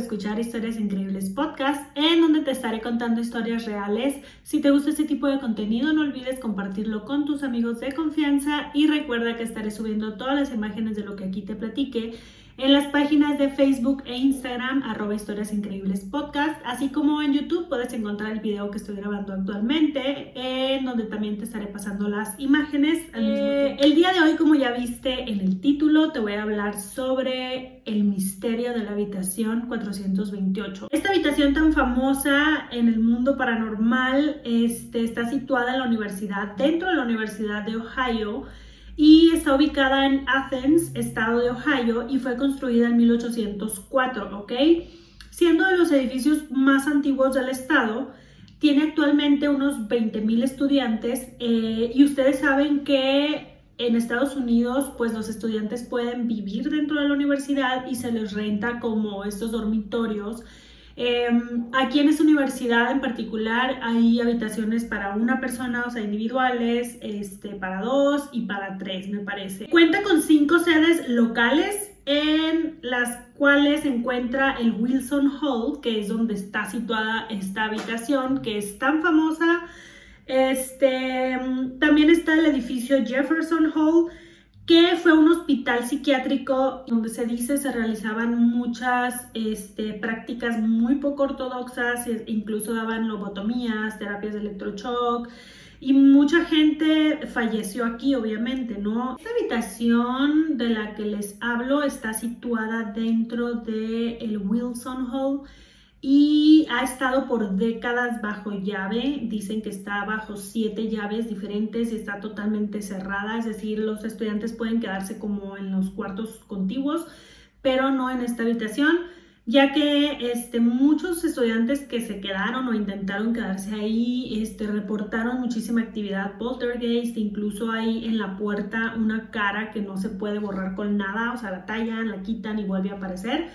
escuchar Historias Increíbles Podcast, en donde te estaré contando historias reales. Si te gusta este tipo de contenido, no olvides compartirlo con tus amigos de confianza y recuerda que estaré subiendo todas las imágenes de lo que aquí te platique en las páginas de Facebook e Instagram, @Historias Increíbles Podcast, así como en YouTube puedes encontrar el video que estoy grabando actualmente, en donde también te estaré pasando las imágenes al mismo tiempo. El día de hoy, como ya viste en el título, te voy a hablar sobre el misterio de la habitación 428. Esta habitación tan famosa en el mundo paranormal está situada en la universidad, dentro de la Universidad de Ohio, y está ubicada en Athens, estado de Ohio, y fue construida en 1804, ¿ok? Siendo de los edificios más antiguos del estado, tiene actualmente unos 20,000 estudiantes y ustedes saben que en Estados Unidos, pues los estudiantes pueden vivir dentro de la universidad y se les renta como estos dormitorios. Aquí en esta universidad en particular hay habitaciones para una persona, o sea, individuales, para 2 y para 3, me parece. Cuenta con 5 sedes locales, en las cuales se encuentra el Wilson Hall, que es donde está situada esta habitación, que es tan famosa. También está el edificio Jefferson Hall, que fue un hospital psiquiátrico donde se dice se realizaban muchas prácticas muy poco ortodoxas, incluso daban lobotomías, terapias de electroshock, y mucha gente falleció aquí, obviamente, ¿no? Esta habitación de la que les hablo está situada dentro del Wilson Hall y ha estado por décadas bajo llave. Dicen que está bajo 7 llaves diferentes y está totalmente cerrada, es decir, los estudiantes pueden quedarse como en los cuartos contiguos, pero no en esta habitación, ya que muchos estudiantes que se quedaron o intentaron quedarse ahí reportaron muchísima actividad poltergeist. Incluso hay en la puerta una cara que no se puede borrar con nada, o sea, la tallan, la quitan y vuelve a aparecer.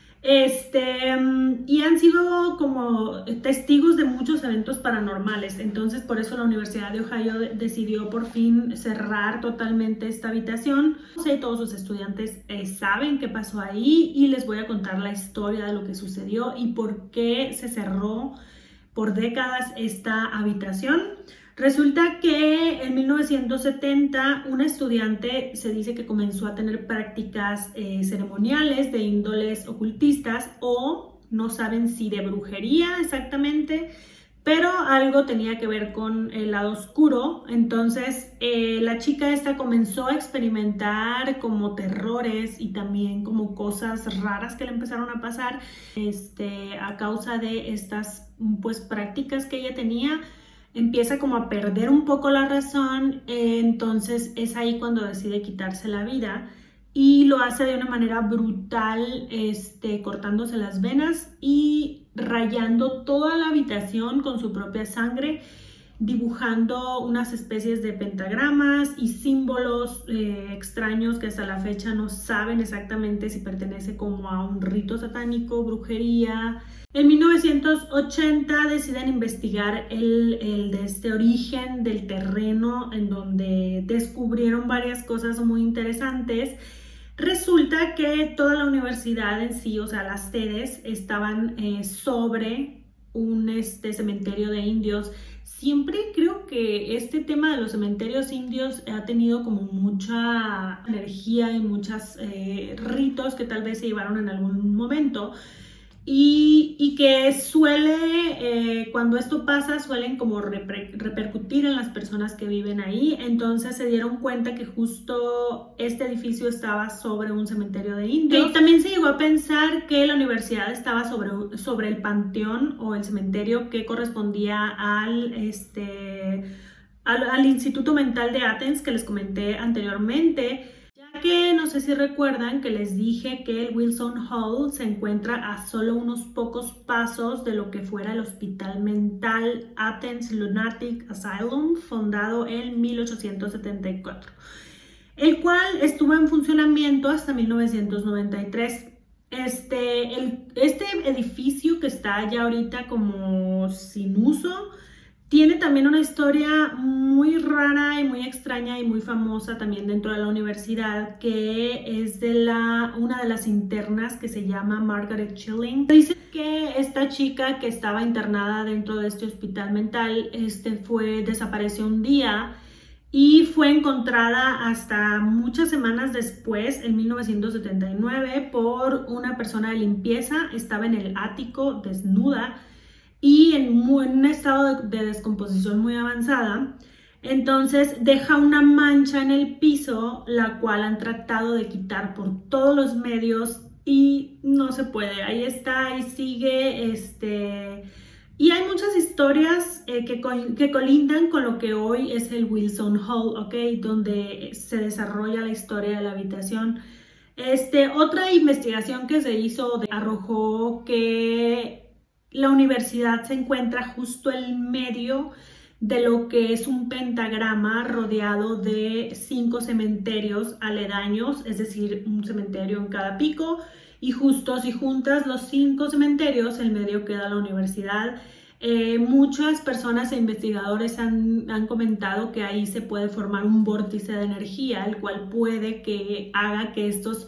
Y han sido como testigos de muchos eventos paranormales. Entonces, por eso la Universidad de Ohio decidió por fin cerrar totalmente esta habitación. No sé, todos los estudiantes saben qué pasó ahí y les voy a contar la historia de lo que sucedió y por qué se cerró por décadas esta habitación. Resulta que en 1970 una estudiante se dice que comenzó a tener prácticas ceremoniales de índoles ocultistas, o no saben si de brujería exactamente, pero algo tenía que ver con el lado oscuro. Entonces la chica esta comenzó a experimentar como terrores y también como cosas raras que le empezaron a pasar a causa de estas pues prácticas que ella tenía. Empieza como a perder un poco la razón, entonces es ahí cuando decide quitarse la vida y lo hace de una manera brutal, cortándose las venas y rayando toda la habitación con su propia sangre, dibujando unas especies de pentagramas y símbolos extraños que hasta la fecha no saben exactamente si pertenece como a un rito satánico, brujería. En 1980 deciden investigar el de este origen del terreno, en donde descubrieron varias cosas muy interesantes. Resulta que toda la universidad en sí, o sea, las sedes estaban sobre un cementerio de indios. Siempre creo que este tema de los cementerios indios ha tenido como mucha energía y muchos ritos que tal vez se llevaron en algún momento. Y que suele, cuando esto pasa, suelen como repercutir en las personas que viven ahí. Entonces se dieron cuenta que justo este edificio estaba sobre un cementerio de indios. Y también se llegó a pensar que la universidad estaba sobre el panteón o el cementerio que correspondía al Instituto Mental de Athens que les comenté anteriormente. Que no sé si recuerdan que les dije que el Wilson Hall se encuentra a solo unos pocos pasos de lo que fuera el Hospital Mental Athens Lunatic Asylum, fundado en 1874, el cual estuvo en funcionamiento hasta 1993. Este edificio que está ya ahorita como sin uso Tiene también una historia muy rara y muy extraña y muy famosa también dentro de la universidad, que es de una de las internas que se llama Margaret Chilling. Dice que esta chica que estaba internada dentro de este hospital mental desapareció un día y fue encontrada hasta muchas semanas después, en 1979, por una persona de limpieza. Estaba en el ático desnuda y en un estado de descomposición muy avanzada. Entonces deja una mancha en el piso, la cual han tratado de quitar por todos los medios y no se puede. Ahí está, ahí sigue. Y hay muchas historias que colindan con lo que hoy es el Wilson Hall, ¿ok? Donde se desarrolla la historia de la habitación. Otra investigación que se hizo arrojó que la universidad se encuentra justo en medio de lo que es un pentagrama rodeado de 5 cementerios aledaños, es decir, un cementerio en cada pico, y justo si juntas los 5 cementerios, en medio queda la universidad. Muchas personas e investigadores han comentado que ahí se puede formar un vórtice de energía, el cual puede que haga que estos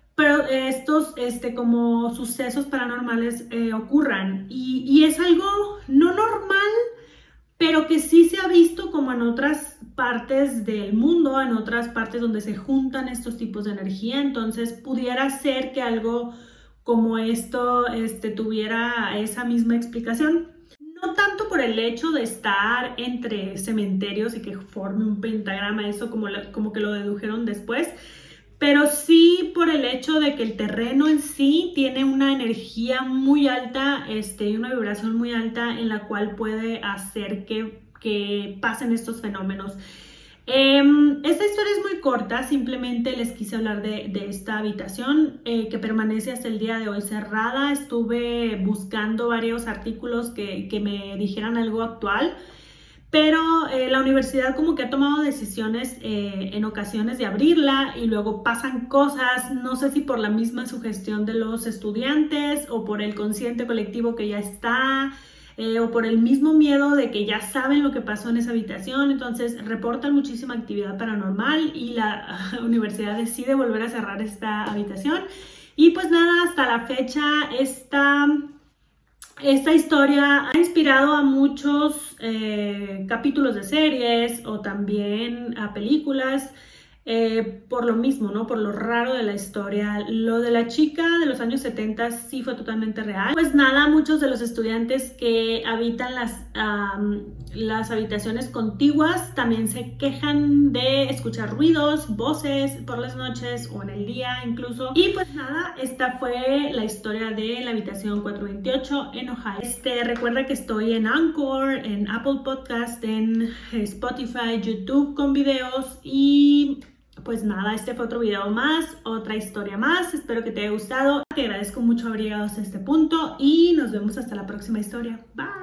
como sucesos paranormales ocurran, y es algo no normal, pero que sí se ha visto como en otras partes del mundo, en otras partes donde se juntan estos tipos de energía. Entonces pudiera ser que algo como esto tuviera esa misma explicación. No tanto por el hecho de estar entre cementerios y que forme un pentagrama, eso como que lo dedujeron después, pero sí por el hecho de que el terreno en sí tiene una energía muy alta y una vibración muy alta, en la cual puede hacer que pasen estos fenómenos. Esta historia es muy corta, simplemente les quise hablar de esta habitación que permanece hasta el día de hoy cerrada. Estuve buscando varios artículos que me dijeran algo actual, pero la universidad como que ha tomado decisiones en ocasiones de abrirla y luego pasan cosas, no sé si por la misma sugestión de los estudiantes o por el consciente colectivo que ya está, o por el mismo miedo de que ya saben lo que pasó en esa habitación. Entonces reportan muchísima actividad paranormal y la universidad decide volver a cerrar esta habitación. Y pues nada, hasta la fecha esta historia ha inspirado a muchos capítulos de series o también a películas, por lo mismo, ¿no? Por lo raro de la historia. Lo de la chica de los años 70 sí fue totalmente real. Pues nada, muchos de los estudiantes que habitan las habitaciones contiguas también se quejan de escuchar ruidos, voces por las noches o en el día incluso. Y pues nada, esta fue la historia de la habitación 428 en Ohio. Recuerda que estoy en Anchor, en Apple Podcast, en Spotify, YouTube con videos. Y pues nada, este fue otro video más, otra historia más. Espero que te haya gustado. Te agradezco mucho haber llegado hasta este punto y nos vemos hasta la próxima historia. Bye.